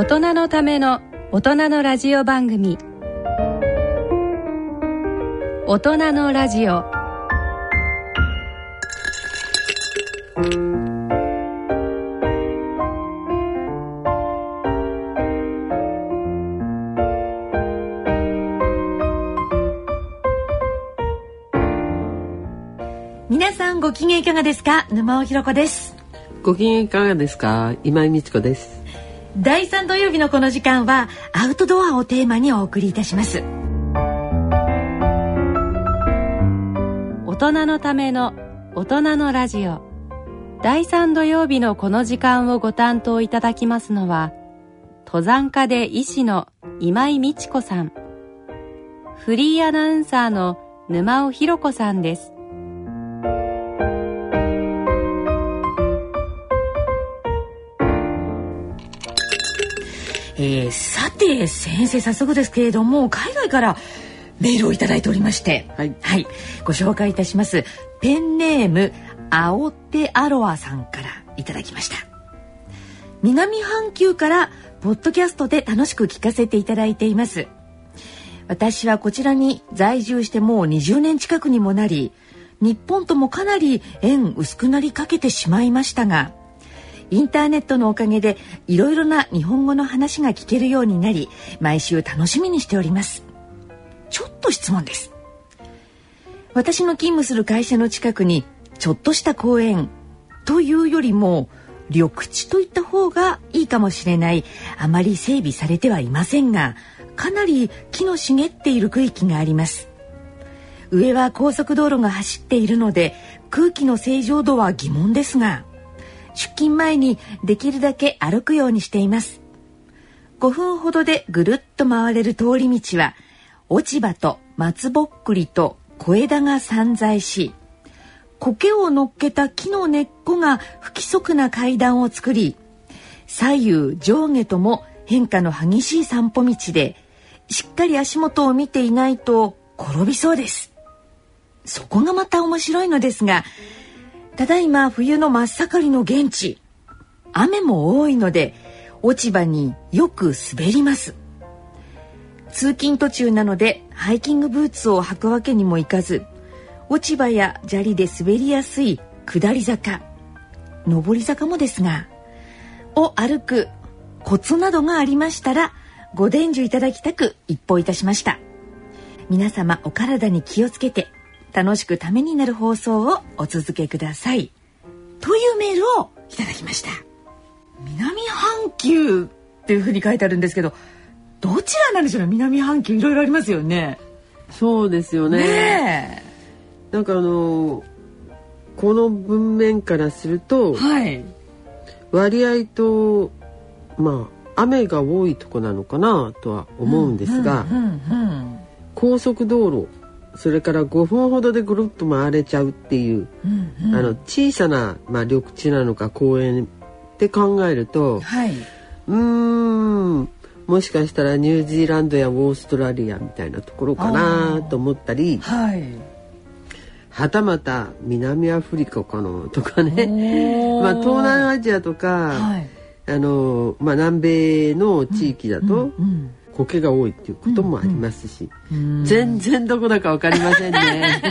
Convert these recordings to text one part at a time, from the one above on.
大人のための大人のラジオ番組、大人のラジオ。 皆さんご機嫌いかがですか？沼尾ひろ子です。 ご機嫌いかがですか？今井美智子です。 第3土曜日のこの時間はアウトドアをテーマにお送りいたします。 大人のための大人のラジオ。第3土曜日のこの時間をご担当いただきますのは、登山家で医師の今井美智子さん、フリーアナウンサーの沼尾ひろ子さんです。 さて先生、早速ですけれども、海外からメールをいただいておりまして、はい、ご紹介いたします。ペンネームアオテアロアさんからいただきました。南半球からポッドキャストで楽しく聞かせていただいています。私はこちらに在住してもう20年近くにもなり、日本ともかなり縁薄くなりかけてしまいましたが、インターネットのおかげでいろいろな日本語の話が聞けるようになり、毎週楽しみにしております。ちょっと質問です。私の勤務する会社の近くにちょっとした公園というよりも緑地といった方がいいかもしれない、あまり整備されてはいませんが、かなり木の茂っている区域があります。上は高速道路が走っているので空気の清浄度は疑問ですが、出勤前にできるだけ歩くようにしています。5分ほどでぐるっと回れる通り道は落ち葉と松ぼっくりと小枝が散在し、苔を乗っけた木の根っこが不規則な階段を作り、左右上下とも変化の激しい散歩道で、しっかり足元を見ていないと転びそうです。そこがまた面白いのですが、ただいま冬の真っ盛りの現地、雨も多いので落ち葉によく滑ります。通勤途中なのでハイキングブーツを履くわけにもいかず、落ち葉や砂利で滑りやすい下り坂、上り坂もですがを歩くコツなどがありましたらご伝授いただきたく一報いたしました。皆様お体に気をつけて楽しくためになる放送をお続けください、というメールをいただきました。南半球っていうふうに書いてあるんですけど、どちらなんでしょうね。南半球いろいろありますよね。 そうですよ ね。なんかこの文面からすると、割合と雨が多いとこなのかなとは思うんですが、高速道路、それから5分ほどでぐるっと回れちゃうっていう、小さな、緑地なのか公園って考えると、もしかしたらニュージーランドやオーストラリアみたいなところかなと思ったり、はたまた南アフリカかなとかね、東南アジアとか、南米の地域だと、苔が多いっていうこともありますし、全然どこだかわかりませんね。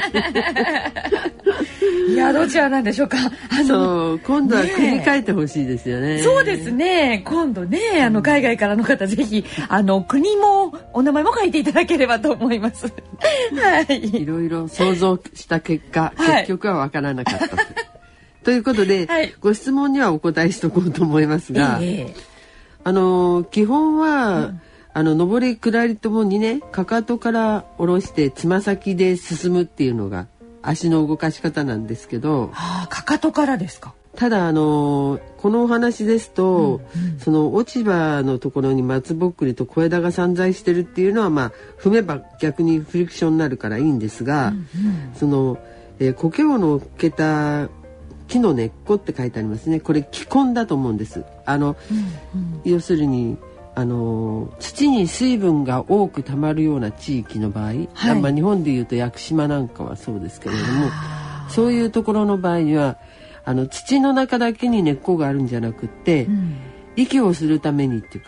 いや、どちらなんでしょうか。 そう、今度は国変えてほしいですよね。 そうですね。今度ね、海外からの方、ぜひ国もお名前も書いていただければと思います。 いろいろ想像した結果、結局はわからなかったということで、ご質問にはお答えしとこうと思いますが、基本は、上り下りともにね、かかとから下ろしてつま先で進むっていうのが足の動かし方なんですけど、 かかとからですか。 ただこのお話ですと、その落ち葉のところに松ぼっくりと小枝が散在してるっていうのは、踏めば逆にフリクションになるからいいんですが、その、苔を乗っけた木の根っこって書いてありますね。これ気根だと思うんです。要するに土に水分が多くたまるような地域の場合、日本でいうと屋久島なんかはそうですけれども、そういうところの場合には土の中だけに根っこがあるんじゃなくって、息をするためにっていうか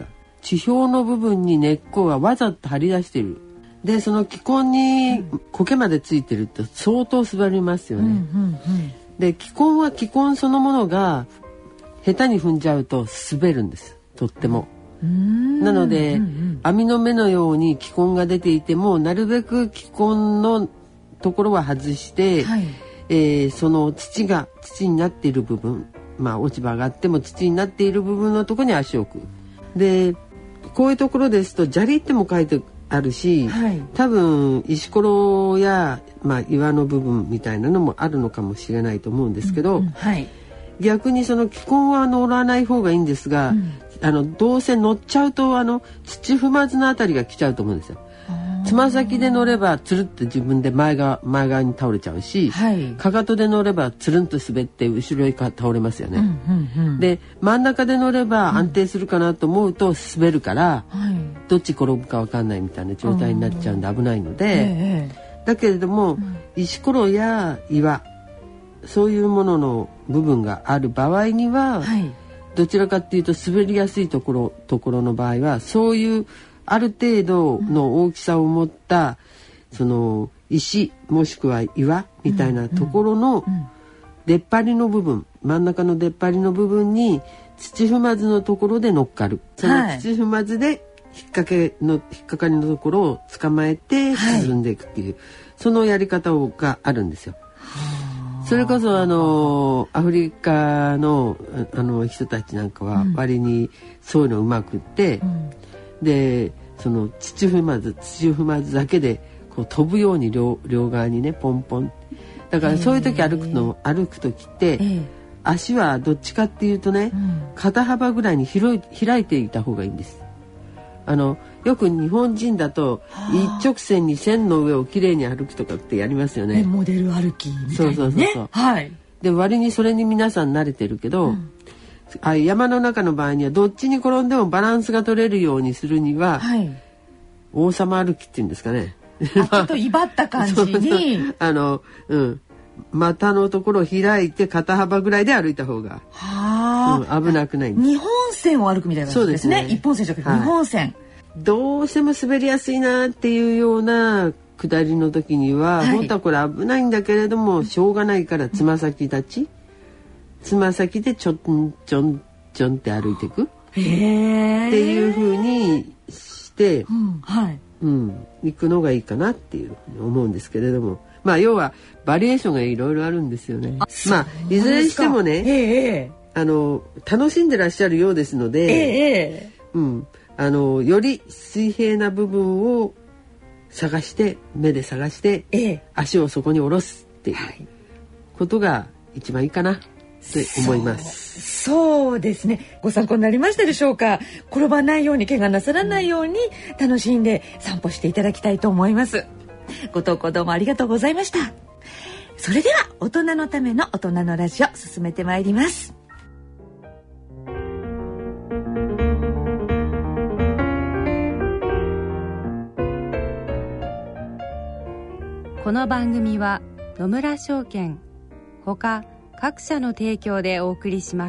地表の部分に根っこがわざと張り出している。でその気根に苔までついてると相当滑りますよね。で気根は気根そのものが下手に踏んじゃうと滑るんです、とっても。なので、網の目のように気根が出ていてもなるべく気根のところは外して、その土になっている部分、落ち葉があっても土になっている部分のところに足を置く。でこういうところですと砂利っても書いてあるし、多分石ころや、岩の部分みたいなのもあるのかもしれないと思うんですけど、逆にその気根は乗らない方がいいんですが、どうせ乗っちゃうと土踏まずのあたりが来ちゃうと思うんですよ。つま先で乗ればつるって自分で前側に倒れちゃうし、かかとで乗ればつるんと滑って後ろに倒れますよね。で真ん中で乗れば安定するかなと思うと滑るから、どっち転ぶか分かんないみたいな状態になっちゃうんで危ないので、だけれども、石ころや岩そういうものの部分がある場合には、どちらかっていうと滑りやすいところの場合はそういうある程度の大きさを持ったその石もしくは岩みたいなところの出っ張りの部分、真ん中の出っ張りの部分に土踏まずのところで乗っかる。その土踏まずで引っ掛かりのところを捕まえて進んでいくっていう、そのやり方があるんですよ。それこそアフリカの人たちなんかは割にそういうのうまくって、でその土踏まずだけでこう飛ぶように両側にねポンポン。だからそういう時歩く時って、足はどっちかっていうとね、肩幅ぐらいに開いていた方がいいんです。よく日本人だと一直線に線の上をきれいに歩くとかってやりますよね。 モデル歩きみたいなね。 そう。で割にそれに皆さん慣れてるけど、山の中の場合にはどっちに転んでもバランスが取れるようにするには、王様歩きっていうんですかね。 ちょっと威張った感じに股のところを開いて肩幅ぐらいで歩いた方が、危なくないんです。 日本線を歩くみたいな感じですね。一本線じゃなくて日本線。 どうしても滑りやすいなっていうような下りの時には、本当はこれ危ないんだけれどもしょうがないからつま先立ち、つま先でちょんちょんちょんって歩いていくっていう風にして、行くのがいいかなっていうふうに思うんですけれども、要はバリエーションがいろいろあるんですよね。いずれにしてもね、楽しんでらっしゃるようですので、より水平な部分を目で探して、足をそこに下ろすっていうことが一番いいかなって思います。 そうですね。ご参考になりましたでしょうか。転ばないように怪我なさらないように楽しんで散歩していただきたいと思います。ご投稿どうもありがとうございました。それでは大人のための大人のラジオ進めてまいります。 この番組は野村証券ほか各社の提供でお送りします。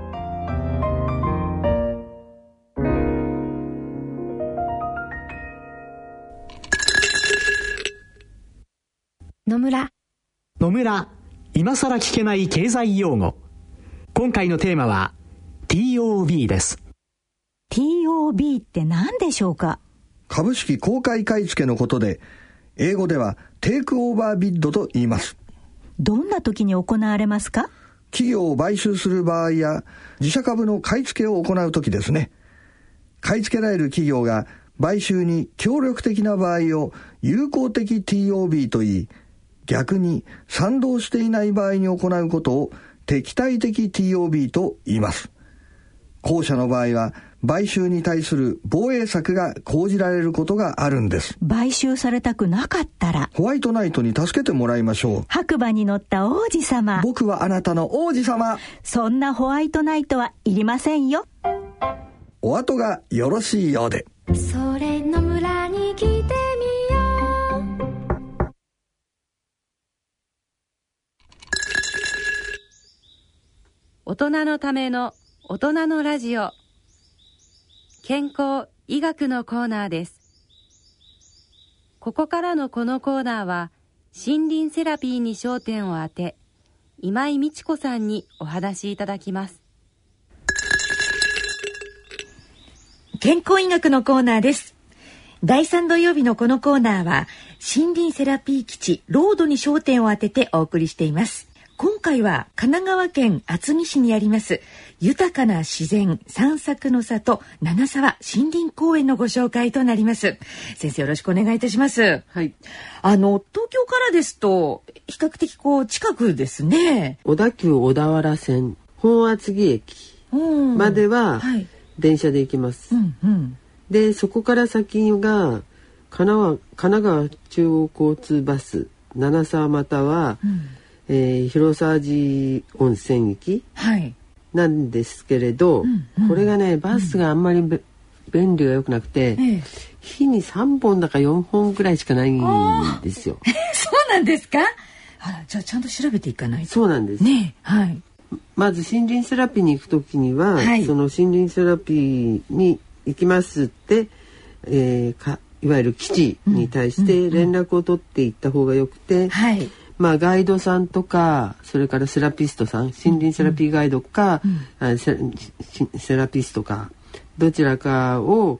野村、今さら聞けない経済用語。今回のテーマは TOB です。 TOB って何でしょうか。 株式公開買い付けのことで、英語ではテイクオーバービッドと言います。 どんな時に行われますか。 企業を買収する場合や自社株の買い付けを行う時ですね。買い付けられる企業が買収に協力的な場合を友好的 TOB と言い、逆に賛同していない場合に行うことを敵対的 TOB と言います。後者の場合は買収に対する防衛策が講じられることがあるんです。 買収されたくなかったらホワイトナイトに助けてもらいましょう。 白馬に乗った王子様。 僕はあなたの王子様。 そんなホワイトナイトはいりませんよ。 お後がよろしいようで。 それの村に来てみよう。 大人のための大人のラジオ。 健康医学のコーナーです。ここからのこのコーナーは森林セラピーに焦点を当て、今井美智子さんにお話しいただきます。 健康医学のコーナーです。第3土曜日のこのコーナーは森林セラピー基地ロードに焦点を当ててお送りしています。今回は神奈川県厚木市にあります豊かな自然散策の里七沢森林公園のご紹介となります。先生、よろしくお願いいたします。 はい。 東京からですと比較的近くですね。 小田急小田原線本厚木駅までは電車で行きます。でそこから先が神奈川中央交通バス七沢または、広沢寺温泉行きなんですけれど、これがねバスがあんまり便利が良くなくて、日に3本だか4本くらいしかないんですよ。 そうなんですか。じゃあちゃんと調べていかないと。 そうなんですね。まず森林セラピーに行くときには、その森林セラピーに行きますって、いわゆる基地に対して連絡を取っていった方がよくて、ガイドさんとかそれからセラピストさん、森林セラピーガイドか、セラピストかどちらかを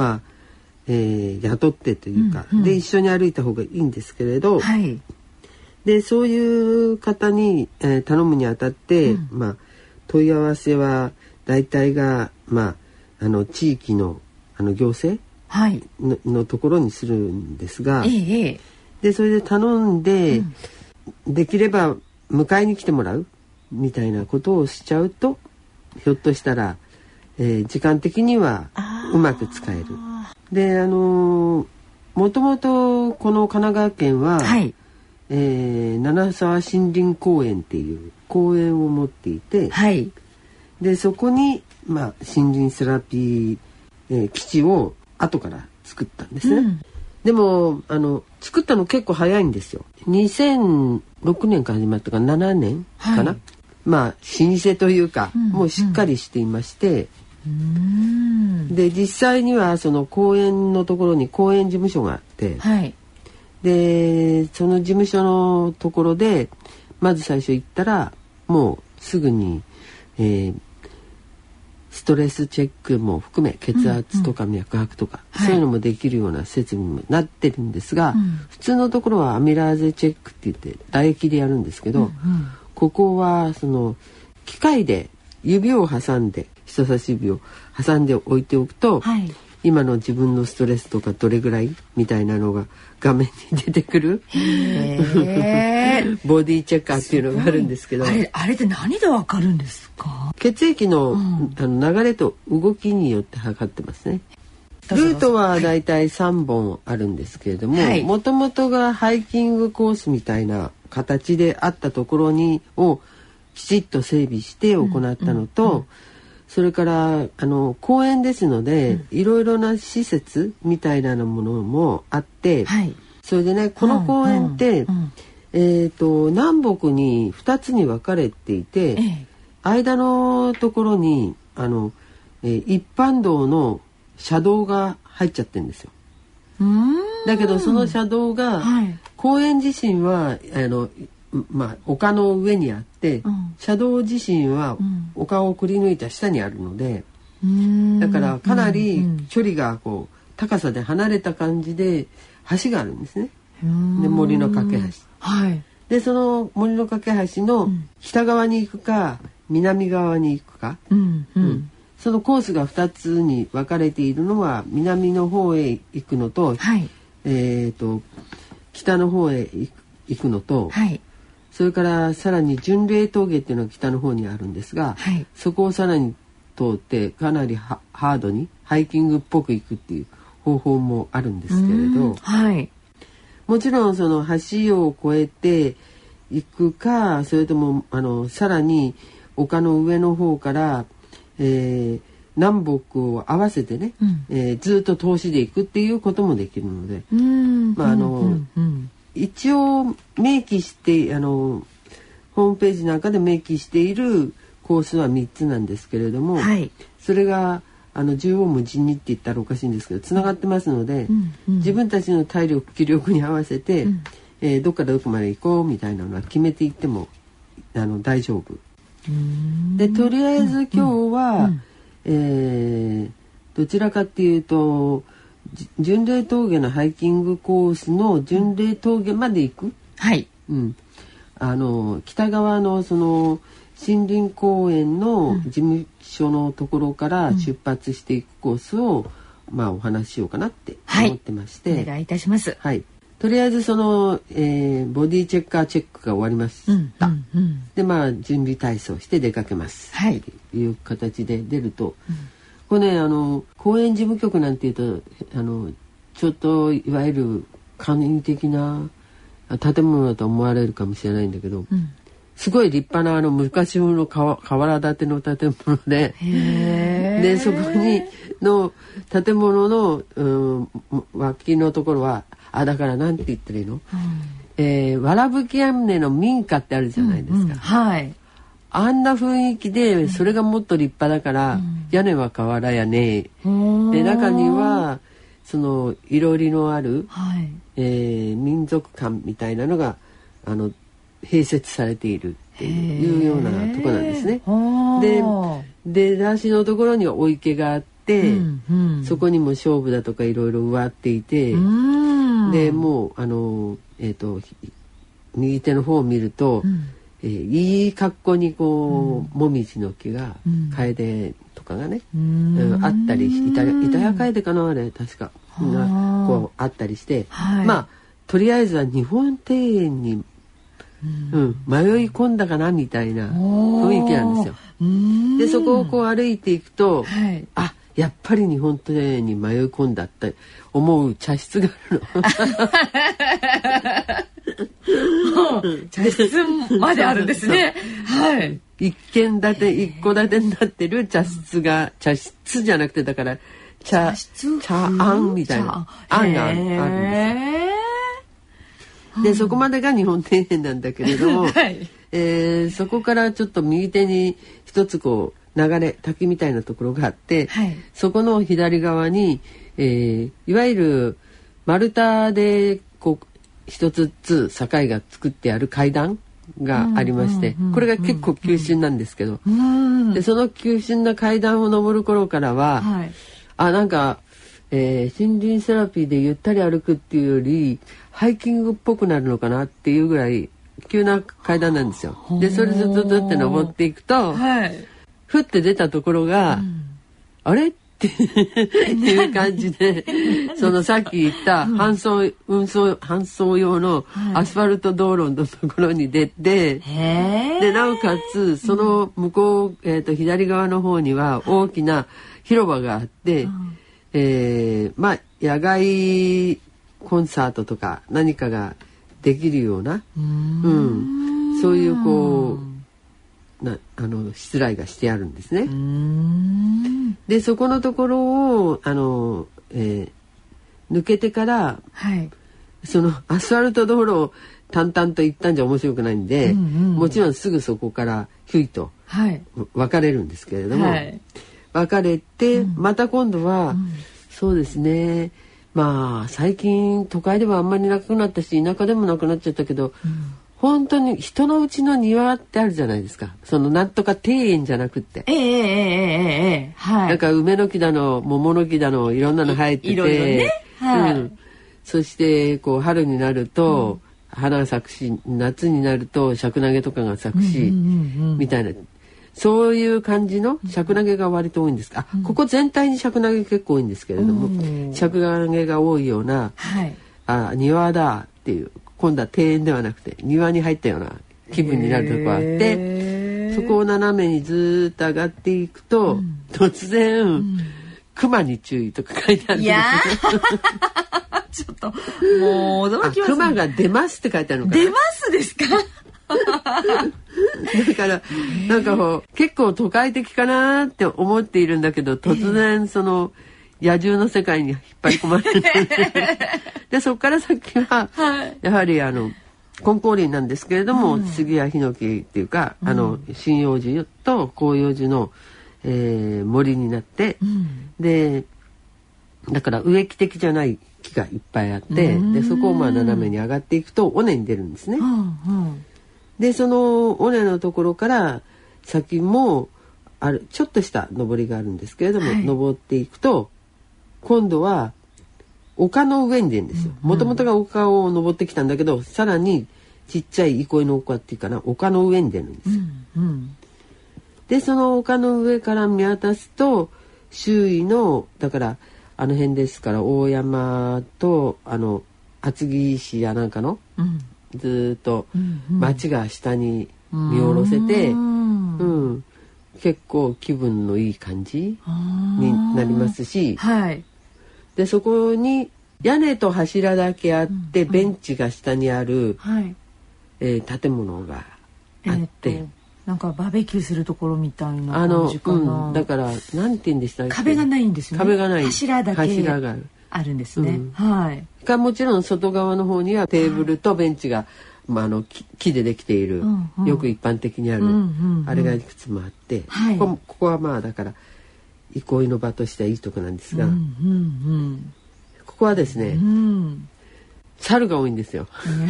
雇ってというか、で一緒に歩いた方がいいんですけれど、でそういう方に、頼むにあたって、問い合わせは大体が、地域の行政のところにするんですが、でそれで頼んで、できれば迎えに来てもらうみたいなことをしちゃうと、ひょっとしたら、時間的にはうまく使える。でもともとこの神奈川県は、七沢森林公園っていう公園を持っていて、でそこに、森林セラピー、基地を後から作ったんですね。でも作ったの結構早いんですよ。2006年から始まったから7年かな、老舗というか、もうしっかりしていまして、で実際にはその公園のところに公園事務所があって、でその事務所のところでまず最初行ったらもうすぐに、ストレスチェックも含め血圧とか脈拍とか、そういうのもできるような設備になってるんですが、普通のところはアミラーゼチェックって言って唾液でやるんですけど、ここはその機械で指を挟んで、人差し指を挟んで置いておくと、今の自分のストレスとかどれぐらいみたいなのが画面に出てくるボディチェッカーっていうのがあるんですけど、 あれって何でわかるんですか。 血液の、流れと動きによって測ってますね。ルートはだいたい3本あるんですけれども、もともとがハイキングコースみたいな形であったところをきちっと整備して行ったのと、それから公園ですので、いろいろな施設みたいなものもあって、それでねこの公園って、南北に2つに分かれていて、間のところに一般道の車道が入っちゃってるんですよ。だけどその車道が、公園自身は丘の上にあって、車道自身は丘をくり抜いた下にあるので、だからかなり距離が高さで離れた感じで橋があるんですね。で森の架け橋、でその森の架け橋の北側に行くか南側に行くか、そのコースが2つに分かれているのは南の方へ行くのと、北の方へ行くのと、それからさらに巡礼峠っていうのが北の方にあるんですが、そこをさらに通ってかなりハードにハイキングっぽく行くっていう方法もあるんですけれど、もちろんその橋を越えて行くか、それともさらに丘の上の方から、南北を合わせてね、ずっと通しで行くっていうこともできるので、一応明記してホームページなんかで明記しているコースは3つなんですけれども、それが縦横無尽にって言ったらおかしいんですけどつながってますので、自分たちの体力気力に合わせて、どっからどこまで行こうみたいなのは決めていっても大丈夫で、とりあえず今日は、どちらかっていうと巡礼峠のハイキングコースの巡礼峠まで行く、 はい、 北側のその森林公園の事務所のところから出発していくコースを、お話ししようかなって思ってまして、 お願いいたします。 はい、とりあえずその、ボディチェッカーチェックが終わりました、で準備体操して出かけます、という形で出ると、これね公園事務局なんていうとちょっといわゆる簡易的な建物だと思われるかもしれないんだけど、すごい立派な昔風の瓦建ての建物でそこにの建物の、脇のところはだからなんて言ったらいいの、わらぶき屋根の民家ってあるじゃないですか、あんな雰囲気でそれがもっと立派だから、屋根は瓦やね、で中にはそのいろりのある、民族館みたいなのが併設されているっていうようなとこなんですね。で出だしのところにはお池があって、そこにも菖蒲だとかいろいろ植わっていて、でもう右手の方を見ると、いい格好にこうもみじの木が、楓とかがね、あったり板谷楓かなあれ確かこうあったりして、とりあえずは日本庭園に迷い込んだかなみたいな雰囲気なんですよ。でそこをこう歩いていくと、やっぱり日本庭園に迷い込んだって思う茶室があるの。茶室まであるんですね。 一戸建てになってる茶室じゃなくてだから茶庵みたいな庵があるんです。でそこまでが日本庭園なんだけれども、そこからちょっと右手に一つこう滝みたいなところがあって、そこの左側に、いわゆる丸太でこう一つずつ境が作ってある階段がありまして、これが結構急峻なんですけど、でその急峻な階段を登る頃からは、なんか、森林セラピーでゆったり歩くっていうよりハイキングっぽくなるのかなっていうぐらい急な階段なんですよ。でそれずっとって登っていくと、ふって出たところが、あれっていう感じでそのさっき言った搬送用のアスファルト道路のところに出て、でなおかつその向こう、左側の方には大きな広場があって、野外コンサートとか何かができるような、そういうこうしつらいがしてあるんですね。でそこのところを抜けてから、そのアスファルト道路を淡々と行ったんじゃ面白くないんで、もちろんすぐそこからヒュイと分かれるんですけれども、分かれて、また今度は、そうですね、最近都会ではあんまりなくなったし田舎でもなくなっちゃったけど、本当に人のうちの庭ってあるじゃないですか。そのなんとか庭園じゃなくって、なんか梅の木だの桃の木だのいろんなの生えてて、そしてこう春になると、花が咲くし夏になるとシャクナゲとかが咲くし、みたいな。そういう感じのシャクナゲが割と多いんですか。ここ全体にシャクナゲ結構多いんですけれども、シャクナゲが多いような、庭だっていう、今度は庭園ではなくて庭に入ったような気分になるとこがあって、そこを斜めにずっと上がっていくと、突然、熊に注意とか書いてあるんですよ。ちょっともう驚きますね。熊が出ますって書いてあるのかな。 出ますですか。 だからなんか結構都会的かなって思っているんだけど、突然その野獣の世界に引っ張り込まれるでそこから先はやはり金光林なんですけれども、杉やヒノキっていうか針葉樹と広葉樹の、 森になって、でだから植木的じゃない木がいっぱいあって、でそこを斜めに上がっていくと尾根に出るんですね。でその尾根のところから先もちょっとした登りがあるんですけれども、登っていくと今度は丘の上に出るんですよ。もともとが丘を登ってきたんだけど、さらにちっちゃい憩いの丘っていうかな、丘の上に出るんですよ。でその丘の上から見渡すと周囲のだからあの辺ですから大山と厚木市やなんかの、ずっと町が下に見下ろせて、結構気分のいい感じになりますし、でそこに屋根と柱だけあってベンチが下にある、建物があって、 なんかバーベキューするところみたいな感じかな。 だからなんて言うんでしたっけ、 壁がないんですよね。 壁がない、 柱だけあるんですね。もちろん外側の方にはテーブルとベンチが、木でできている、よく一般的にある、あれがいくつもあって、ここはだから憩いの場としてはいいとこなんですが、ここはですね、猿が多いんですよ。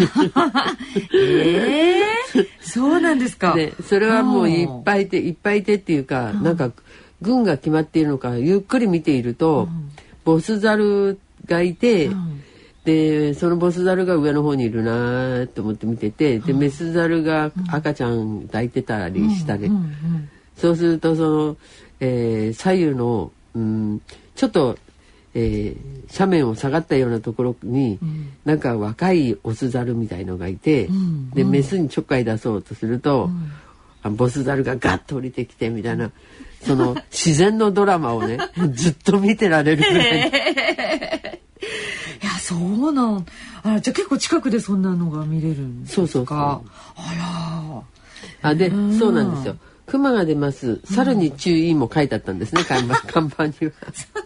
そうなんですか。 でそれはもういっぱいいてっていうか、なんか群が決まっているのかゆっくり見ていると、ボス猿がいて、でそのボス猿が上の方にいるなと思って見てて、でメス猿が赤ちゃん抱いてたりしたり、そうするとその、左右の、ちょっと斜面を下がったようなところに、なんか若いオスザルみたいのがいて、でメスにちょっかい出そうとすると、ボスザルがガッと降りてきてみたいな、その自然のドラマをねずっと見てられるぐらい。 いやそうなん。じゃあ結構近くでそんなのが見れるんですか。 でそうなんですよ。熊が出ます。猿に注意も書いてあったんですね、看板には。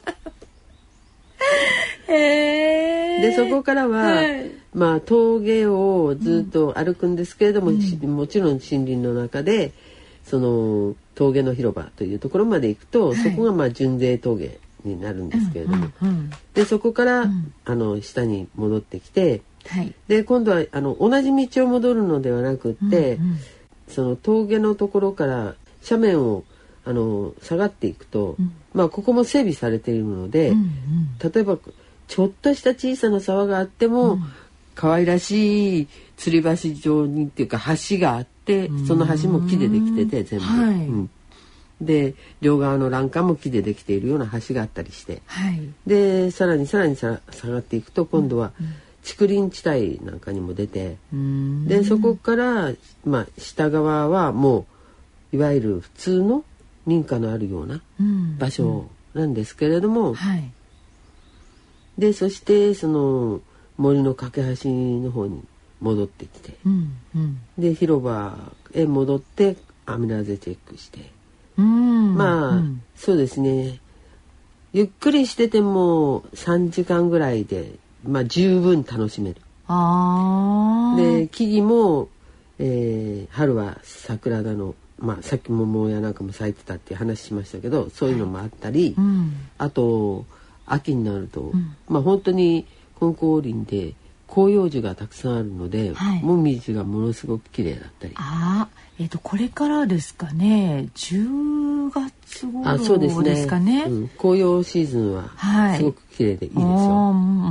でそこからは、峠をずっと歩くんですけれども、もちろん森林の中でその峠の広場というところまで行くと、そこが純正峠になるんですけれども、でそこから、下に戻ってきて、で今度は同じ道を戻るのではなくって、その峠のところから斜面を下がっていくと、ここも整備されているので、例えばちょっとした小さな沢があっても、可愛らしい吊り橋状にっていうか橋があって、その橋も木でできてて全部、で両側の欄干も木でできているような橋があったりして、でさらに下がっていくと今度は竹林地帯なんかにも出て、でそこから、下側はもういわゆる普通の民家のあるような場所なんですけれども、でそしてその森の架け橋の方に戻ってきて、で広場へ戻ってアミラーゼチェックして、そうですね、ゆっくりしてても3時間ぐらいで、十分楽しめる。で木々も、春は桜だの、さっき桃やなんかも咲いてたっていう話しましたけど、そういうのもあったり、あと秋になると、本当に金光林で広葉樹がたくさんあるので、もみじがものすごく綺麗だったり。 これからですかね、10月頃ですかね。 紅葉シーズンはすごく綺麗でいいですよ。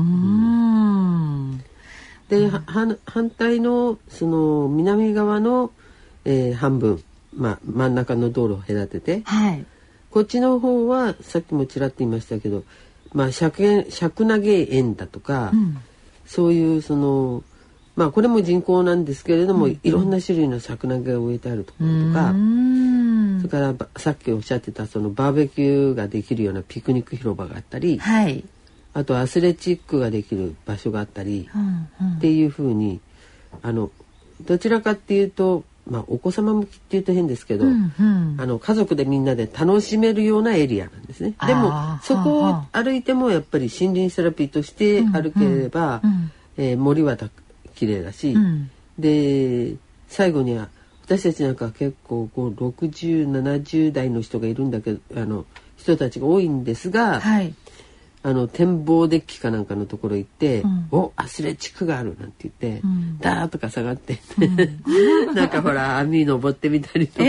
で反対のその南側の、半分、真ん中の道路を隔てて、こっちの方はさっきもちらっと言いましたけど、尺投げ園だとか、そういうそのこれも人工なんですけれども、いろんな種類の尺投げが植えてあるところとか、それからさっきおっしゃってたそのバーベキューができるようなピクニック広場があったり、あとアスレチックができる場所があったり、っていうふうにどちらかっていうと、お子様向きっていうと変ですけど、家族でみんなで楽しめるようなエリアなんですね。でもそこを歩いてもやっぱり森林セラピーとして歩ければ、森は綺麗だし、で最後には私たちなんか結構こう60、70代の人がいるんだけど人たちが多いんですが、はい、展望デッキかなんかのところ行って、おアスレチックがあるなんて言って、ダーッとか下がって、なんかほら網登ってみたりとか、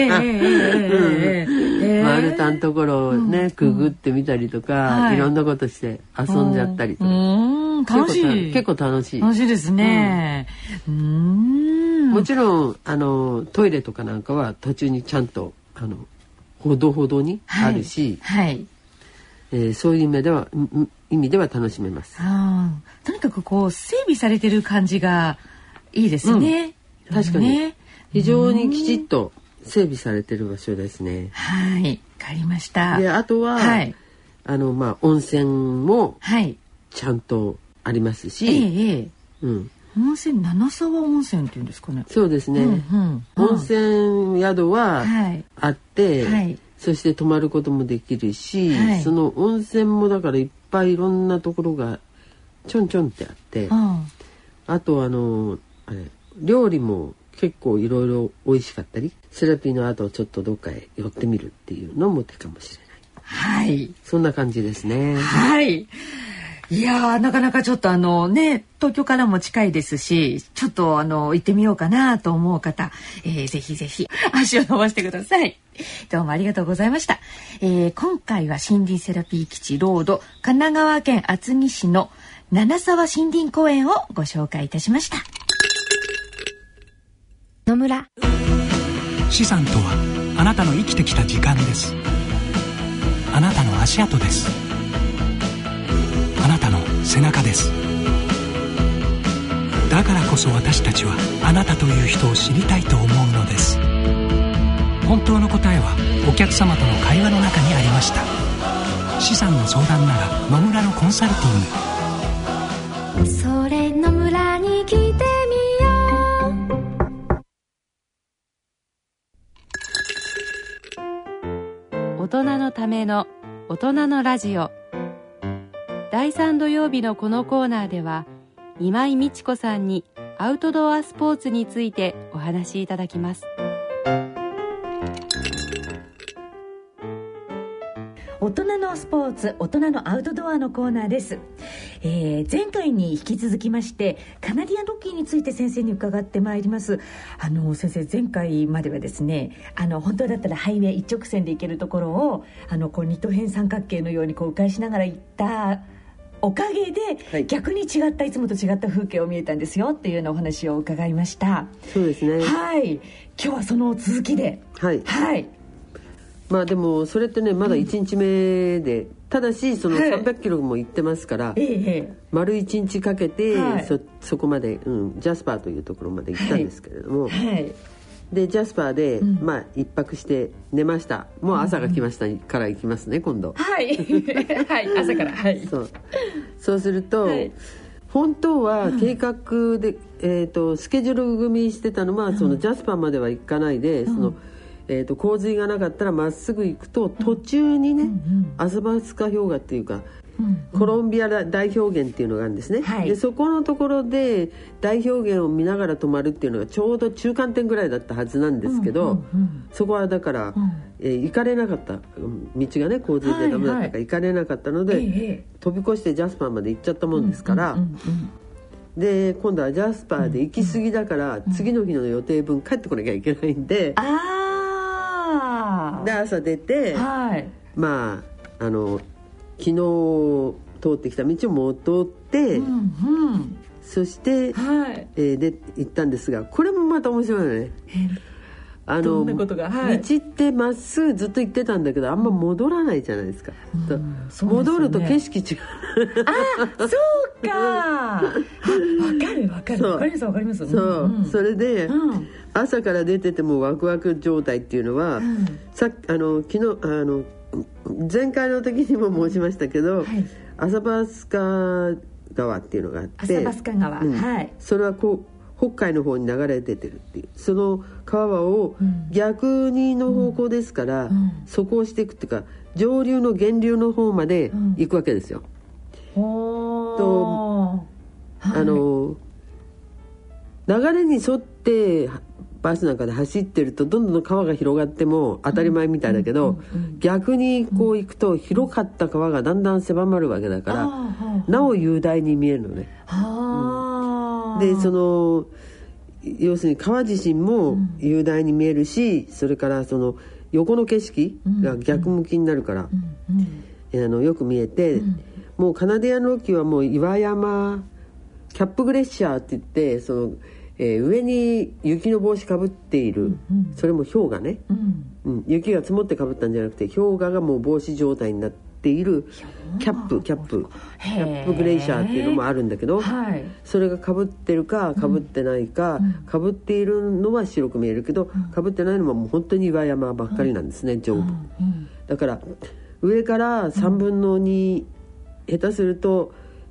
丸太のところをね、くぐってみたりとか、いろんなことして遊んじゃったりとか、 楽しい。 結構楽しい。 楽しいですね。 もちろんトイレとかなんかは途中にちゃんとほどほどにあるし、そういう意味では楽しめます。 とにかくこう整備されてる感じがいいですね。 確かに、非常にきちっと整備されてる場所ですね。 はい、わかりました。 であとは、温泉もちゃんとありますし、 温泉七沢温泉っていうんですかね。 そうですね。温泉宿はあって、そして泊まることもできるし、その温泉もだからいっぱいいろんなところがちょんちょんってあって、あと料理も結構いろいろ美味しかったり、セラピーの後ちょっとどっかへ寄ってみるっていうのも手かもしれない。はい。そんな感じですね。 はい。いやー、なかなかちょっと東京からも近いですし、ちょっと行ってみようかなと思う方、ぜひぜひ足を伸ばしてください。どうもありがとうございました。今回は森林セラピー基地ロード神奈川県厚木市の七沢森林公園をご紹介いたしました。 野村。 資産とはあなたの生きてきた時間です。あなたの足跡です。あなたの背中です。だからこそ私たちはあなたという人を知りたいと思うのです。本当の答えはお客様との会話の中にありました。資産の相談なら野村のコンサルティング。 それ野村に来てみよう。大人のための大人のラジオ。第3土曜日のこのコーナーでは今井美智子さんにアウトドアスポーツについてお話しいただきます。 大人のスポーツ、大人のアウトドアのコーナーです。前回に引き続きましてカナディアンロッキーについて先生に伺ってまいります。先生、前回まではですね、本当だったらハイウェイ一直線で行けるところをこう二等辺三角形のようにこう迂回しながら行ったおかげで、逆にいつもと違った風景を見えたんですよっていうようなお話を伺いました。 そうですね。 はい。今日はその続きで。はい。 まあでもそれってね、まだ1日目で、ただしその300キロも行ってますから、丸1日かけて、そこまで、ジャスパーというところまで行ったんですけれども、でジャスパーで、一泊して寝ました。もう朝が来ましたから行きますね、今度。 朝から。 そうすると、本当は計画で、スケジュール組みしてたのは、そのジャスパーまでは行かないで、その洪水がなかったらまっすぐ行くと、途中にね、アスバスカ氷河っていうか、コロンビア大氷原っていうのがあるんですね、でそこのところで大氷原を見ながら泊まるっていうのがちょうど中間点ぐらいだったはずなんですけど、そこはだから、行かれなかった、道がね洪水でダメだったから行かれなかったので、飛び越してジャスパーまで行っちゃったもんですから、で今度はジャスパーで行き過ぎだから、次の日の予定分帰ってこなきゃいけないんで、で朝出て、まあ昨日通ってきた道を戻って、そして、で行ったんですが、これもまた面白いよね。 どんなことが、 道ってまっすぐずっと行ってたんだけど、あんま戻らないじゃないですか、戻ると景色違う。 そうか。わかります。 それで、朝から出ててもワクワク状態っていうのは、昨日前回の時にも申しましたけど、アサバスカ川っていうのがあって、 アサバスカ川、 それはこう北海の方に流れ出てるっていう、その川を逆にの方向ですから、そこをしていくっていうか、上流の源流の方まで行くわけですよ。と流れに沿ってバスなんかで走ってるとどんどん川が広がっても当たり前みたいだけど、逆にこう行くと広かった川がだんだん狭まるわけだから、なお雄大に見えるのね。でその要するに川自身も雄大に見えるし、それからその横の景色が逆向きになるから、よく見えて、もうカナディアンロッキーはもう岩山キャップグレッシャーって言って、その、上に雪の帽子かぶっている、それも氷河ね、雪が積もってかぶったんじゃなくて氷河がもう帽子状態になっているキャップグレッシャーっていうのもあるんだけど、それがかぶってるかかぶってないか、かぶっているのは白く見えるけど、かぶってないのはもう本当に岩山ばっかりなんですね、上部。だから上から3分の2、下手すると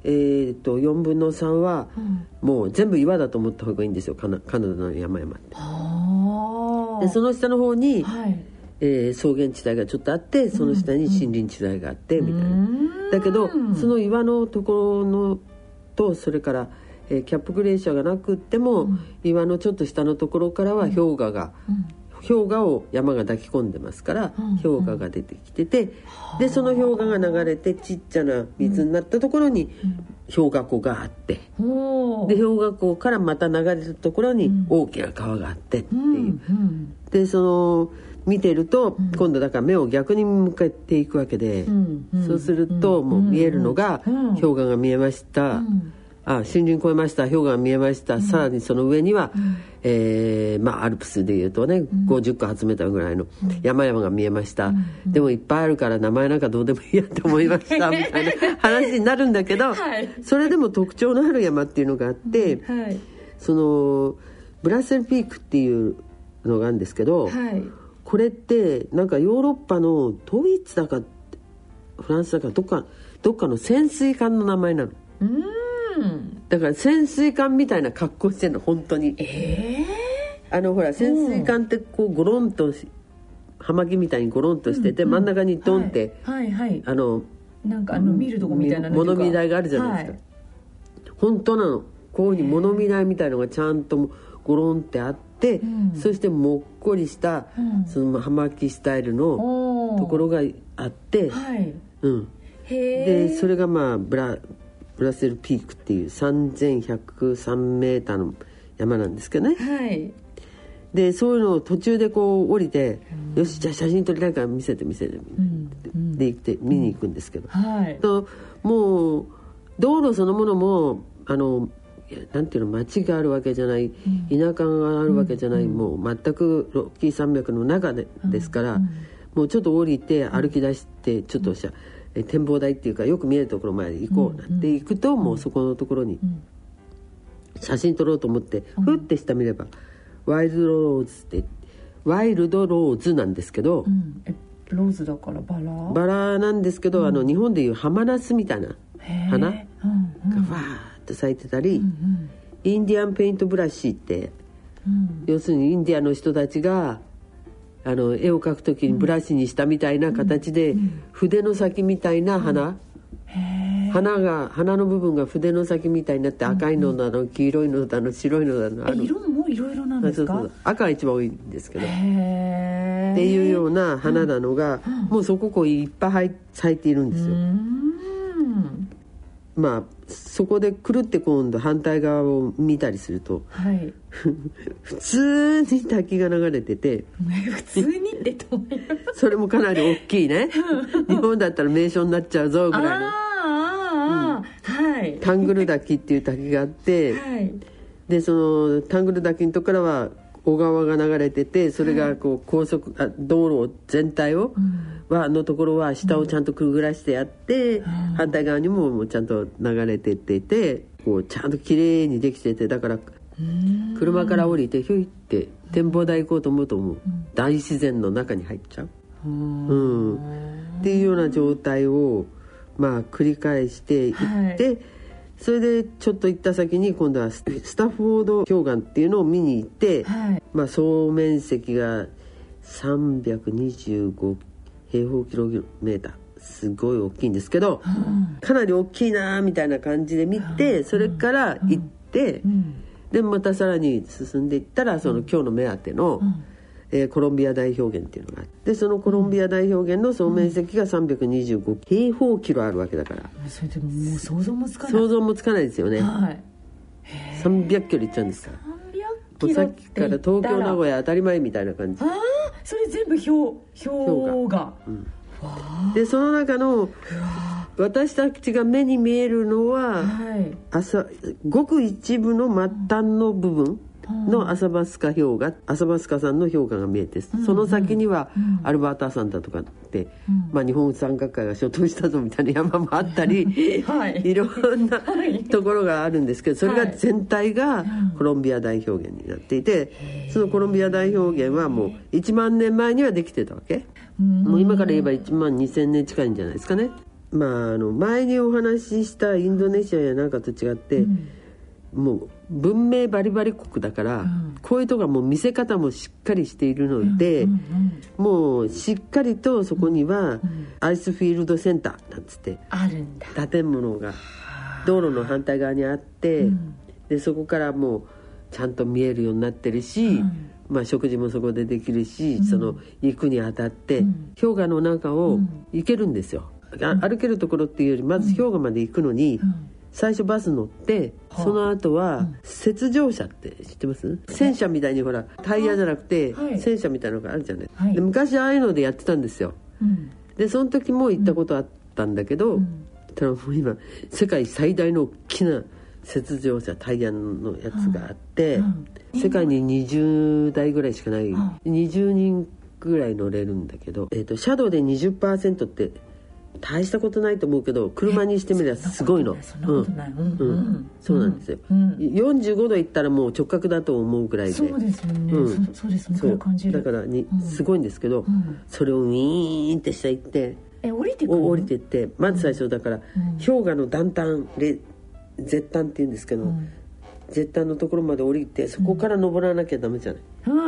4分の3はもう全部岩だと思った方がいいんですよ、カナダの山々って。でその下の方に、草原地帯がちょっとあって、その下に森林地帯があってみたいな。だけどその岩のところのと、それから、キャップグレーシャーがなくっても、岩のちょっと下のところからは氷河を山が抱き込んでますから、氷河が出てきてて、でその氷河が流れてちっちゃな水になったところに氷河湖があって、で氷河湖からまた流れるところに大きな川があってっていう、でその見てると今度だから目を逆に向けていくわけで、そうするともう見えるのが、氷河が見えました、森林越えました、氷河が見えました、さらにその上には、アルプスでいうとね50個集めたぐらいの山々が見えました、でもいっぱいあるから名前なんかどうでもいいやって思いましたみたいな話になるんだけど、それでも特徴のある山っていうのがあって、そのブラッセルピークっていうのがあるんですけど、これってなんかヨーロッパのドイツだかフランスだかどっかの潜水艦の名前なの。だから潜水艦みたいな格好してるの本当に。ほら潜水艦ってこうゴロンと葉巻みたいにゴロンとしてて、真ん中にドンって、 なんか見るとこみたいな物見台があるじゃないですか、本当なの。こういう物見台みたいのがちゃんとゴロンってあって、そしてもっこりした、その葉巻スタイルのところがあって、でそれがブラッセルピークっていう3103メーターの山なんですけどね、でそういうのを途中でこう降りて、よしじゃあ写真撮りたいから見せて、で行って見に行くんですけど、ともう道路そのものもなんていうの、町があるわけじゃない、田舎があるわけじゃない、もう全くロッキー山脈の中ですから、もうちょっと降りて歩き出して、ちょっと展望台っていうかよく見えるところまで行こうなんて行くと、もうそこのところに写真撮ろうと思ってふって下見れば、ワイルドローズってワイルドローズなんですけど、 ローズだからバラなんですけど、日本でいうハマナスみたいな花がファーッと咲いてたり、インディアンペイントブラシって、要するにインディアンの人たちが絵を描くときにブラシにしたみたいな形で、筆の先みたいな花の部分が筆の先みたいになって、赤いのだの黄色いのだの白いのだのある。 色もいろいろなんですか？ そう赤が一番多いんですけど、っていうような花なのが、もうそこいっぱい咲いているんですよ。そこでくるって今度反対側を見たりすると、普通に滝が流れてて普通にってどういうそれもかなり大きいね日本だったら名所になっちゃうぞぐらいのタングル滝っていう滝があって、でそのタングル滝のとこからは小川が流れてて、それがこう道路全体を、のところは下をちゃんとくぐらしてやって、反対側にもちゃんと流れてっていて、こうちゃんときれいにできてて、だから車から降りてひょいって展望台行こうと思うと、もう大自然の中に入っちゃう、っていうような状態を繰り返していって、それでちょっと行った先に今度はスタフォード氷河っていうのを見に行って、総面積が325平方キロメーター、すごい大きいんですけど、かなり大きいなみたいな感じで見て、それから行って、 でまたさらに進んでいったらその今日の目当ての、コロンビア大氷原っていうのがあって、そのコロンビア大氷原の総面積が325平方キロあるわけだから、 それでももう想像もつかない。 想像もつかないですよね、 はい、 300キロいっちゃうんですから 300キロさっきから東京名古屋当たり前みたいな感じ。 ああ、それ全部氷が、 でその中の私たちが目に見えるのは、ごく一部の末端の部分のアサバスカ氷河、アサバスカ山の氷河が見えて、その先にはアルバータ山だとかって、日本山岳会が所蔵したぞみたいな山もあったり、いろんなところがあるんですけど、それが全体がコロンビア大氷原になっていて、そのコロンビア大氷原はもう1万年前にはできてたわけ。もう今から言えば1万2000年近いんじゃないですかね。前にお話ししたインドネシアやなんかと違って、もう文明バリバリ国だから、こういうとこはもう見せ方もしっかりしているので、もうしっかりとそこにはアイスフィールドセンターなんつってあるんだ。 建物が道路の反対側にあって、でそこからもうちゃんと見えるようになってるし、食事もそこでできるし、その行くにあたって、氷河の中を行けるんですよ。歩けるところっていうよりまず氷河まで行くのに、最初バス乗って、その後は雪上車って知ってます？戦車みたいにほらタイヤじゃなくて戦車みたいなのがあるじゃない、で昔ああいうのでやってたんですよ、でその時も行ったことあったんだけど、ただもう今世界最大の大きな雪上車タイヤのやつがあって、世界に20台ぐらいしかない、20人ぐらい乗れるんだけど、斜度で 20% って大したことないと思うけど、車にしてみればすごいの。 そんなことない。 そうなんですよ。45度いったらもう直角だと思うぐらいで。 そうですよね。そうですね。そう感じる。 だからすごいんですけど、それをウィーンって下行って、降りてって、まず最初だから氷河の断端絶端って言うんですけど、絶端のところまで降りて、そこから登らなきゃダメじゃない。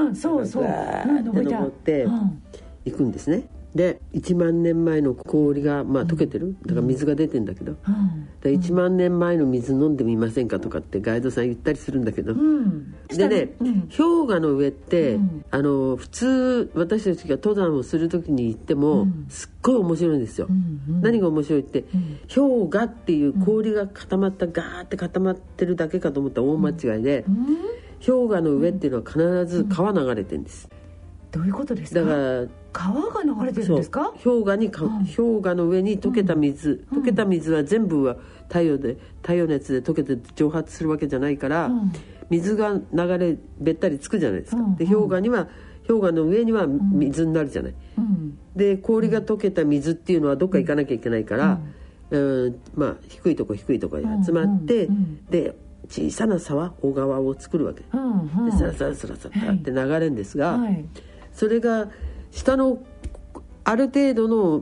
そうそう。 登って行くんですね。で1万年前の氷が溶けてる、だから水が出てんだけど、1万年前の水飲んでみませんかとかってガイドさん言ったりするんだけど、でね、氷河の上って、普通私たちが登山をする時に行っても、すっごい面白いんですよ、何が面白いって、氷河っていう氷が固まったガーって固まってるだけかと思ったら大間違いで、氷河の上っていうのは必ず川流れてるんです。 どういうことですか？ だから川が流れてるんですか？ 氷河の上に溶けた水、溶けた水は全部は太陽熱で溶けて蒸発するわけじゃないから、水が流れべったりつくじゃないですか、で氷河の上には水になるじゃない、で氷が溶けた水っていうのはどっか行かなきゃいけないから、低いとこに集まって、で小さな沢小川を作るわけ、でサラサラサラサラって流れるんですが、それが下のある程度の、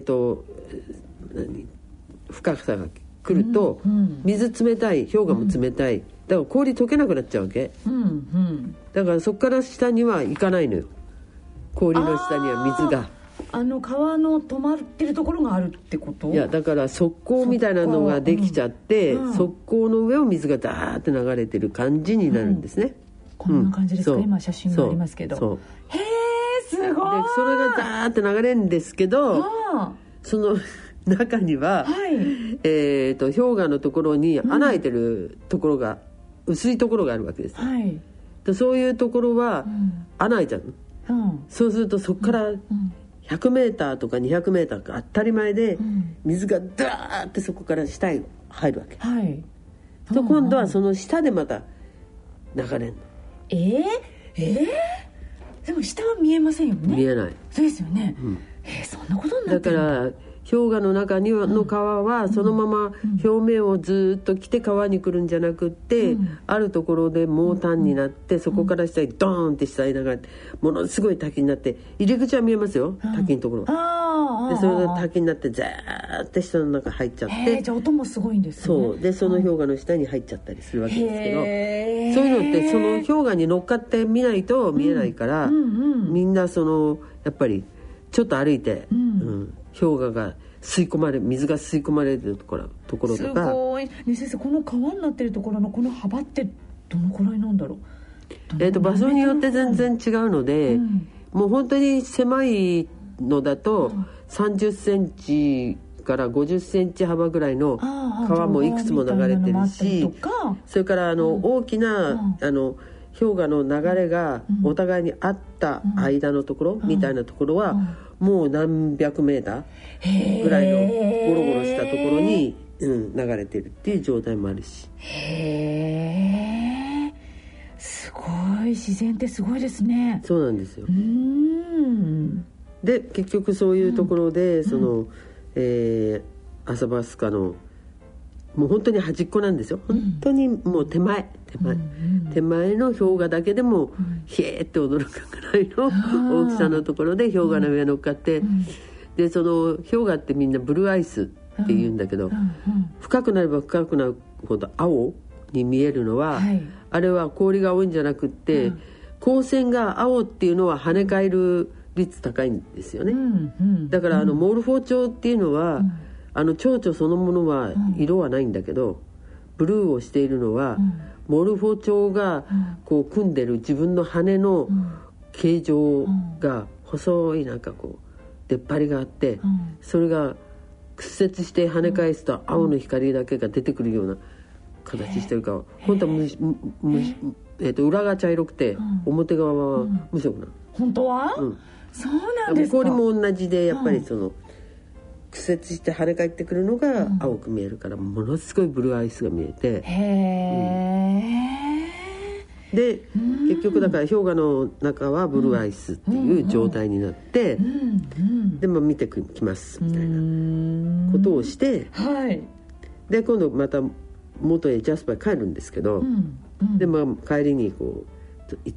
深さが来ると、水冷たい、氷河も冷たい、だから氷溶けなくなっちゃうわけ、だからそこから下には行かないのよ、氷の下には水が。 川の止まってるところがあるってこと？ いやだから側溝みたいなのができちゃって、側溝の上を水がダーって流れてる感じになるんですね、 こんな感じですか？今写真がありますけど。へー、すごい。でそれがダーって流れるんですけど、その中には、氷河のところに穴開いてるところが、薄いところがあるわけです、でそういうところは穴開いちゃうの、そうするとそこから100メーターとか200メーターが当たり前で、水がダーってそこから下へ入るわけ、と今度はその下でまた流れるの。 でも下は見えませんよね。 見えない。 そうですよね、そんなことになってる。 だから氷河の中にの川はそのまま表面をずっと来て川に来るんじゃなくって、あるところで毛炭になって、そこから下にドーンって下に流れて、ものすごい滝になって、入り口は見えますよ、滝のところ、でそれが滝になってザーって下の中入っちゃって、 じゃあ音もすごいんですね。 そうでその氷河の下に入っちゃったりするわけですけど、そういうのってその氷河に乗っかって見ないと見えないから、みんなやっぱりちょっと歩いて、氷河が水が吸い込まれるところとか。 すごい、ね、先生、この川になってるところのこの幅ってどのくらいなんだろう。 場所によって全然違うので、もう本当に狭いのだと30センチから50センチ幅ぐらいの川もいくつも流れてるし、それから大きな氷河の流れがお互いにあった間のところみたいなところはもう何百メーターぐらいのゴロゴロしたところに、流れてるっていう状態もあるし。 すごい、自然ってすごいですね。 そうなんですよ。で結局そういうところで、アサバスカのもう本当に端っこなんですよ。本当にもう手前の氷河だけでもひえーって驚くくらいの大きさのところで氷河の上に乗っかって、でその氷河ってみんなブルーアイスって言うんだけど、深くなれば深くなるほど青に見えるのは、あれは氷が多いんじゃなくって、光線が青っていうのは跳ね返る率高いんですよね。だからモルフォチョウっていうのは、蝶々そのものは色はないんだけど、ブルーをしているのは、モルフォチョウがこう組んでる自分の羽の形状が細いなんかこう出っ張りがあって、それが屈折して跳ね返すと青の光だけが出てくるような形してるから、本当は裏が茶色くて、表側は無色なの。 本当は、そうなんですか。 氷も同じで、やっぱりその屈折して跳ね返ってくるのが青く見えるから、ものすごいブルーアイスが見えて、で結局だから氷河の中はブルーアイスっていう状態になって、で見てきますみたいなことをして、で今度また元へジャスパーに帰るんですけど、で帰りにこう行って、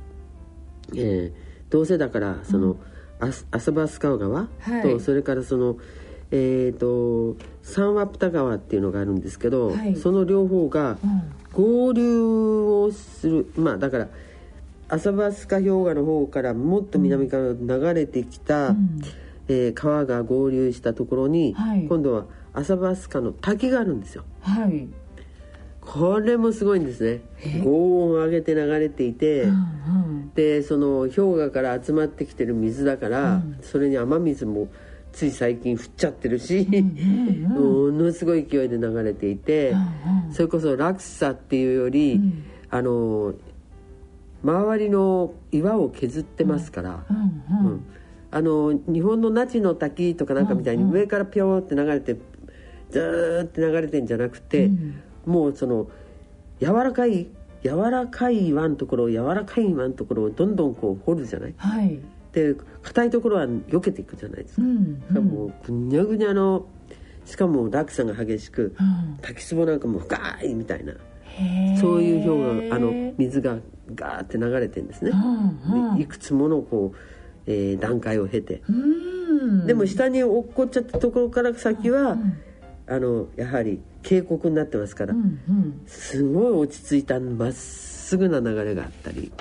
どうせだからその、アサバスカ川と、それからそのサンワプタ川っていうのがあるんですけど、その両方が合流をする、だからアサバスカ氷河の方からもっと南から流れてきた、川が合流したところに、今度はアサバスカの滝があるんですよ。これもすごいんですね。轟音を上げて流れていて、でその氷河から集まってきてる水だから、それに雨水もつい最近降っちゃってるし、ものすごい勢いで流れていて、それこそ落差っていうより、周りの岩を削ってますから、日本の那智の滝とかなんかみたいに上からピョーって流れてずーって流れてんじゃなくて、もうその柔らかい岩のところをどんどんこう掘るじゃない、で硬いところは避けていくじゃないですか。もうぐにゃぐにゃの、しかも落差が激しく、滝壺なんかも深いみたいな、そういう氷河水がガーって流れてるんですね。でいくつものこう、段階を経て、でも下に落っこっちゃったところから先は、やはり渓谷になってますから、すごい落ち着いたまっすぐな流れがあったり、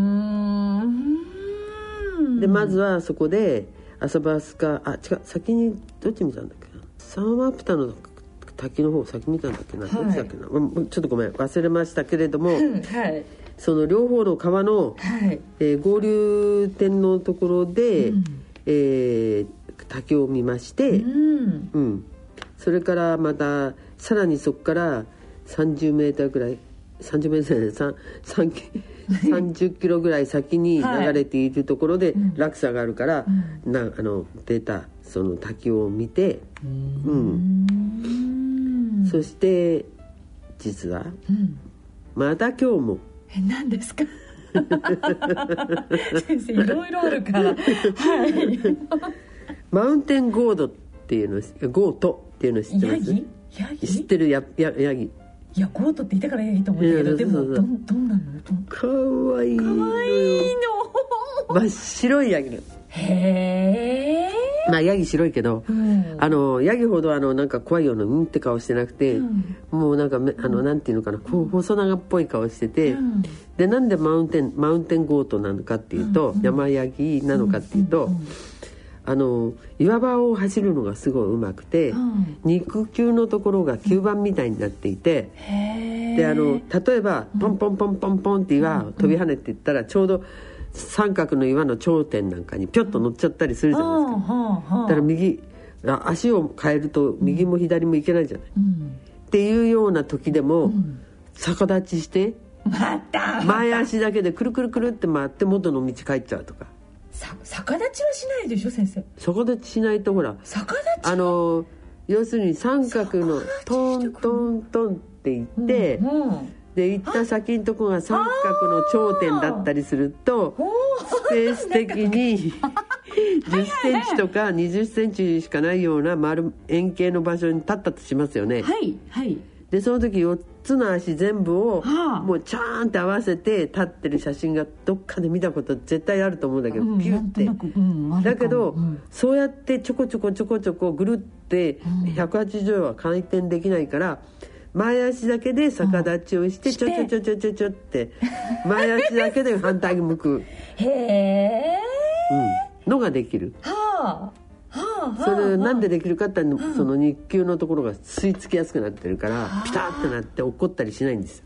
でまずはそこでアサバスカ先にどっち見たんだっけな、サンワプタの滝の方先見たんだっけな、どっちだっけな、ちょっとごめん忘れましたけれども、その両方の川の、合流点のところで、滝を見まして、それからまたさらにそこから30メーターぐらい、30メーターじゃない、30キロぐらい先に流れているところで落差があるから、出たその滝を見て、そして実は、また今日も何ですか先生いろいろあるからマウンテンゴートっていうの知ってます？知ってるヤギ。 いやゴートって言ったからヤギと思ったけど、でもどんなの？ かわいいのよ。真っ白いヤギの。 へー。 ヤギ白いけど、ヤギほどなんか怖いようなって顔してなくて、もうなんかなんていうのかな、こう細長っぽい顔してて、でなんでマウンテンゴートなのかっていうと、山ヤギなのかっていうと、 岩場を走るのがすごい上手くて、肉球のところが吸盤みたいになっていて、で例えばポンポンポンポンポンって岩を飛び跳ねていったら、ちょうど三角の岩の頂点なんかにピョッと乗っちゃったりするじゃないですか。だから足を変えると右も左もいけないじゃない、っていうような時でも、逆立ちして前足だけでくるくるくるって回って元の道帰っちゃうとか。 逆立ちはしないでしょ先生。 逆立ちしないとほら逆立ち要するに三角のトントントンっていって、で行った先のとこが三角の頂点だったりすると、スペース的に10センチとか20センチしかないような円形の場所に立ったとしますよね。でその時4つの足全部をもうちゃーんって合わせて立ってる写真がどっかで見たこと絶対あると思うんだけど、ピュってだけど、そうやってちょこちょこちょこちょこぐるって180度は回転できないから、前足だけで逆立ちをしてちょちょちょちょちょちょって前足だけで反対に向くのができる。それなんでできるかって、その肉球のところが吸い付きやすくなってるから、ピタッてなって落っこったりしないんですよ。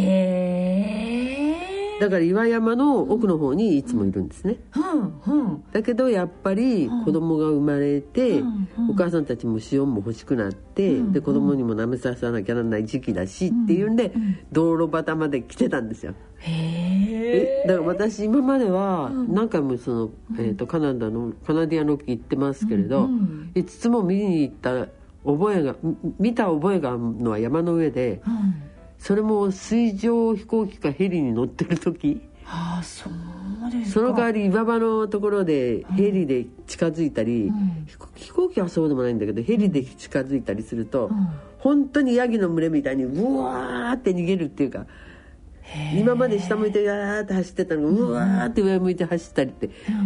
だから岩山の奥の方にいつもいるんですね。だけどやっぱり子供が生まれて、お母さんたちも塩も欲しくなって、で子供にも舐めさせなきゃならない時期だしっていうんで、道路端まで来てたんですよ。だから私今までは何回もその、カナディアンロッキー行ってますけれど、いつも見に行った見た覚えがあるのは山の上で、それも水上飛行機かヘリに乗ってる時、 そうですか。 その代わり岩場のところでヘリで近づいたり、飛行機はそうでもないんだけどヘリで近づいたりすると、本当にヤギの群れみたいにうわーって逃げるっていうか、今まで下向いてガーって走ってたのがうわーって上向いて走ったりって、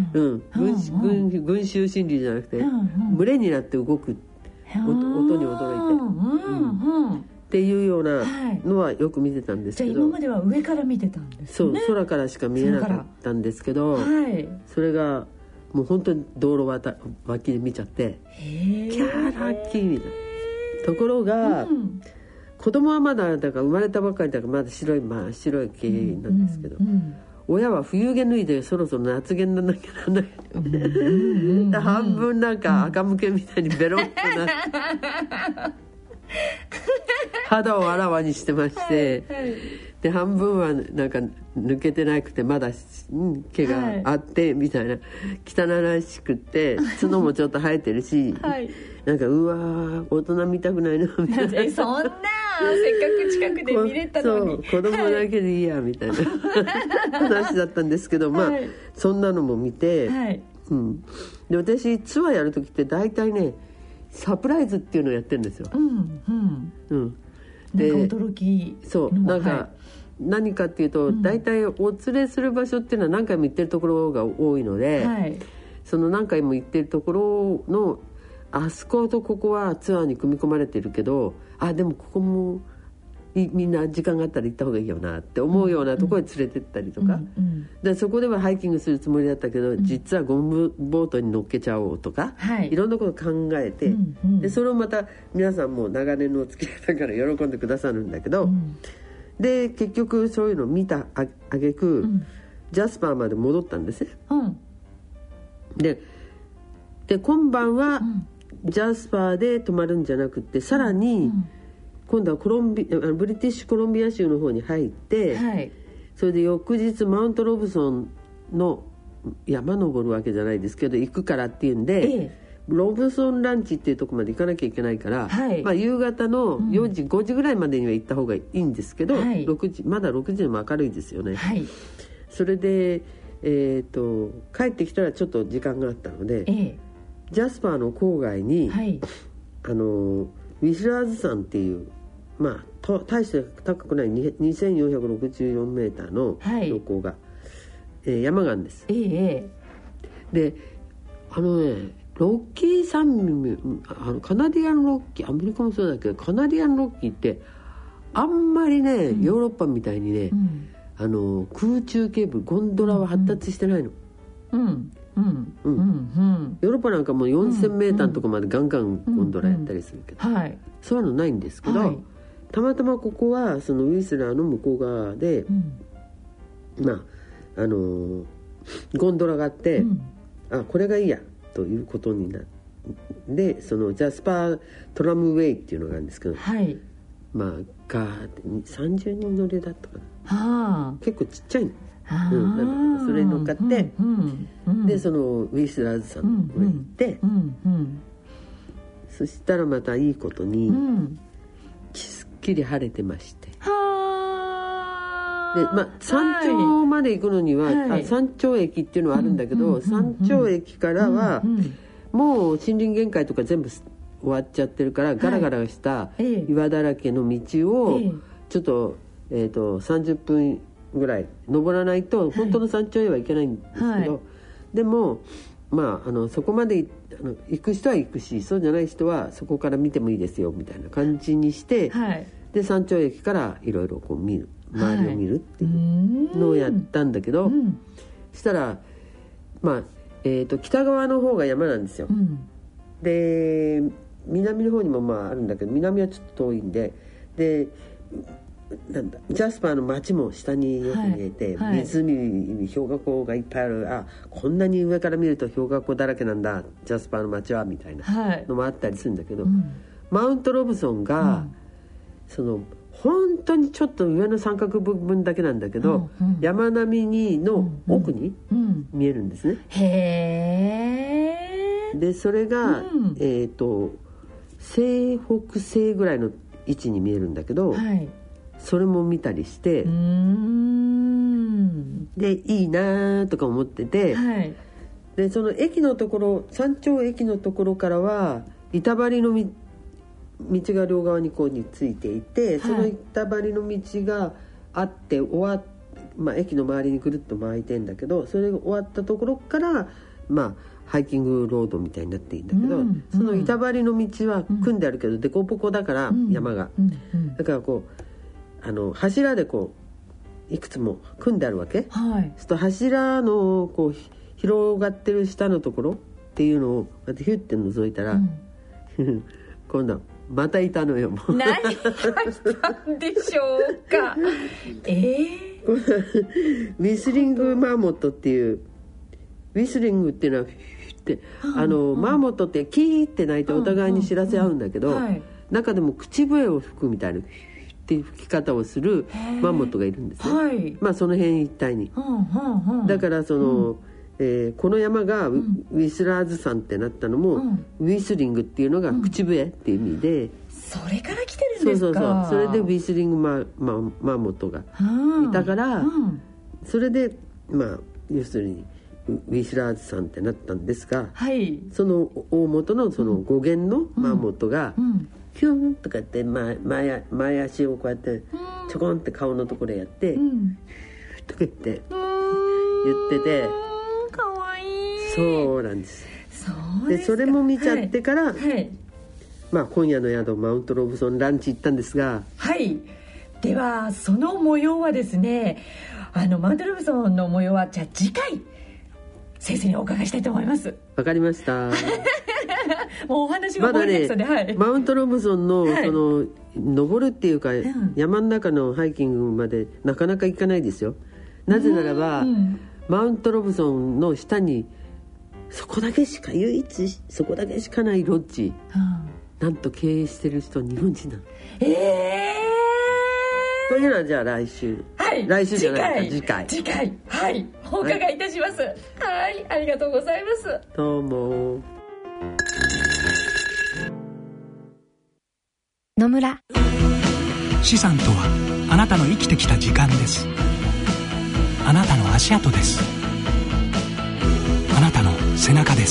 群衆心理じゃなくて、群れになって動く、音に驚いて、っていうようなのはよく見てたんですけど、 じゃあ今までは上から見てたんですね。 そう、空からしか見えなかったんですけど、それがもう本当に道路脇で見ちゃって、キャーラッキーみたいな。ところが、子供はまだだから生まれたばかりだからまだ白い毛なんですけど、親は冬毛脱いでそろそろ夏毛にならなきゃならない、半分なんか赤むけみたいにベロッとなって肌をあらわにしてまして、で半分はなんか抜けてなくてまだ毛があってみたいな、汚らしくって角もちょっと生えてるし、なんかうわー大人見たくないなみたいなそんなせっかく近くで見れたのにそう子供だけでいいやみたいな話だったんですけど、まあそんなのも見て、で私ツアーやる時って大体ねサプライズっていうのをやってるんですよ。 でなんか驚きそうなんか、何かっていうと、大体お連れする場所っていうのは何回も行ってるところが多いので、その何回も行ってるところのあそことここはツアーに組み込まれてるけど、でもここもみんな時間があったら行った方がいいよなって思うようなところに連れてったりとか、でそこではハイキングするつもりだったけど、実はゴムボートに乗っけちゃおうとか、いろんなこと考えて、でそれをまた皆さんも長年のお付き合いだから喜んでくださるんだけど、で結局そういうのを見たあげく、ジャスパーまで戻ったんですね。で今晩はジャスパーで泊まるんじゃなくて、さらに、今度はブリティッシュコロンビア州の方に入って、それで翌日マウントロブソンの山登るわけじゃないですけど行くからっていうんで、ロブソンランチっていうとこまで行かなきゃいけないから、夕方の4時、5時ぐらいまでには行った方がいいんですけど、まだ6時でも明るいですよね。それで、帰ってきたらちょっと時間があったので、ジャスパーの郊外に、ウィスラーズ山っていう大して高くない2464メーターの標高が、山があるんです。でロッキー山カナディアンロッキー、アメリカもそうだけどカナディアンロッキーってあんまりね、ヨーロッパみたいにね、空中ケーブルゴンドラは発達してないの。 ヨーロッパなんかも4000メーターのとこまでガンガンゴンドラやったりするけど、そういうのないんですけど、たまたまここはそのウィスラーの向こう側で、ゴンドラがあって、これがいいやということになって、そのジャスパートラムウェイっていうのがあるんですけど、まあガーって30人乗りだったかな、結構ちっちゃいの、なんだけどそれに乗っかって、でそのウィスラーズさんの上に行って、そしたらまたいいことに、すっきり晴れてまして、で山頂まで行くのには、山頂駅っていうのはあるんだけど、山頂駅からは、もう森林限界とか全部終わっちゃってるから、ガラガラした岩だらけの道をちょっと、30分ぐらい登らないと本当の山頂へは行けないんですけど、でもそこまで行く人は行くし、そうじゃない人はそこから見てもいいですよみたいな感じにして、で山頂駅からいろいろこう見る、周りを見るっていうのをやったんだけど、そしたら北側の方が山なんですよ、で南の方にもあるんだけど、南はちょっと遠いんで、なんだジャスパーの町も下によく見えて、湖に氷河湖がいっぱいある、こんなに上から見ると氷河湖だらけなんだジャスパーの町はみたいなのもあったりするんだけど、マウントロブソンが、その本当にちょっと上の三角部分だけなんだけど、山並みの奥に見えるんですね。でそれが、西北西ぐらいの位置に見えるんだけど、それも見たりして、でいいなとか思ってて、でその駅のところ、山頂駅のところからは板張りの道が両側にこうについていて、その板張りの道があって駅の周りにぐるっと巻いてんだけど、それが終わったところからハイキングロードみたいになっていいんだけど、その板張りの道は組んであるけど、デコボコだから山が、だからこう柱でこういくつも組んであるわけ、そうすると柱のこう広がってる下のところっていうのをこうやってヒュッて覗いたら、今度はまたいたのよ。 何がいたんでしょうか。 ウィスリングマーモットっていう、ウィスリングっていうのはフィッて、マーモットってキーって鳴いてお互いに知らせ合うんだけど、中でも口笛を吹くみたいなって吹き方をするマーモットがいるんですね、その辺一帯に、だからその、この山がウィスラーズ山ってなったのも、ウィスリングっていうのが口笛っていう意味で、 それから来てるんですか。 それでウィスリングマーモットがいたから、それで要するにウィスラーズ山ってなったんですが、その大元のその語源のマーモットが、ヒュンとかって前足をこうやってちょこんって顔のところやって、とか言って言ってて、 かわいい。 そうなんです。でそれも見ちゃってから、今夜の宿マウントロブソンランチ行ったんですが、 ではその模様はですね、マウントロブソンの模様はじゃあ次回先生にお伺いしたいと思います。 わかりましたもうお話が盛りだくさんで、 マウントロブソンのその登るっていうか、山の中のハイキングまでなかなか行かないですよ。なぜならば、マウントロブソンの下にそこだけしか唯一そこだけしかないロッジ、なんと経営してる人日本人なの。というのはじゃあ来週、来週じゃないか、次回お伺いいたします。ありがとうございます。 どうも。 野村。 資産とはあなたの生きてきた時間です。あなたの足跡です。あなたの背中です。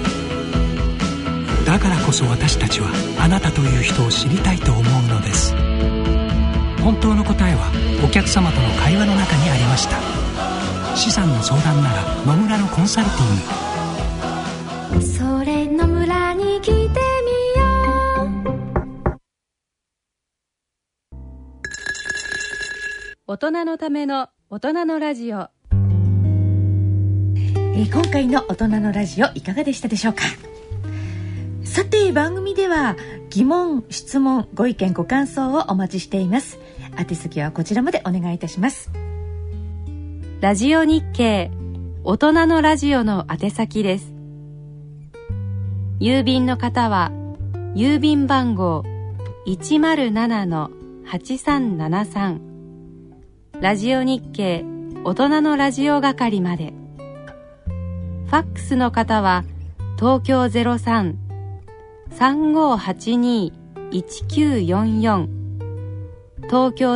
だからこそ私たちはあなたという人を知りたいと思うのです。本当の答えはお客様との会話の中にありました。資産の相談なら野村のコンサルティング。 それ野村に来てみよう。 大人のための大人のラジオ。 今回の大人のラジオいかがでしたでしょうか。さて番組では疑問、質問、ご意見、ご感想をお待ちしています。宛先はこちらまでお願いいたします。 ラジオ日経大人のラジオの宛先です。郵便の方は郵便番号 107-8373 ラジオ日経大人のラジオ係まで。ファックスの方は東京 03-3582-1944 東京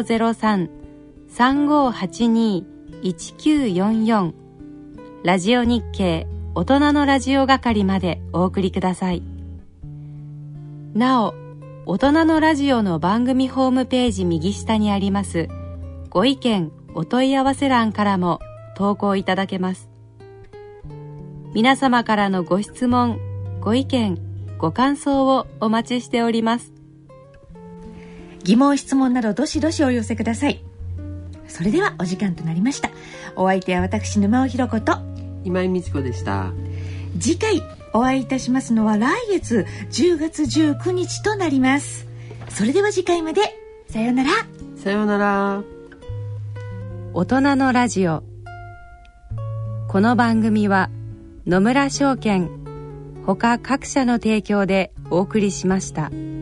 03-3582-1944 ラジオ日経大人のラジオ係までお送りください。なお、大人のラジオの番組ホームページ右下にありますご意見お問い合わせ欄からも投稿いただけます。皆様からのご質問、ご意見、ご感想をお待ちしております。 疑問、質問などどしどしお寄せください。それではお時間となりました。お相手は私沼尾ひろ子と今井美智子でした。 次回お会いいたしますのは来月10月19日となります。それでは次回までさようなら。 さようなら。 大人のラジオ。この番組は野村証券他各社の提供でお送りしました。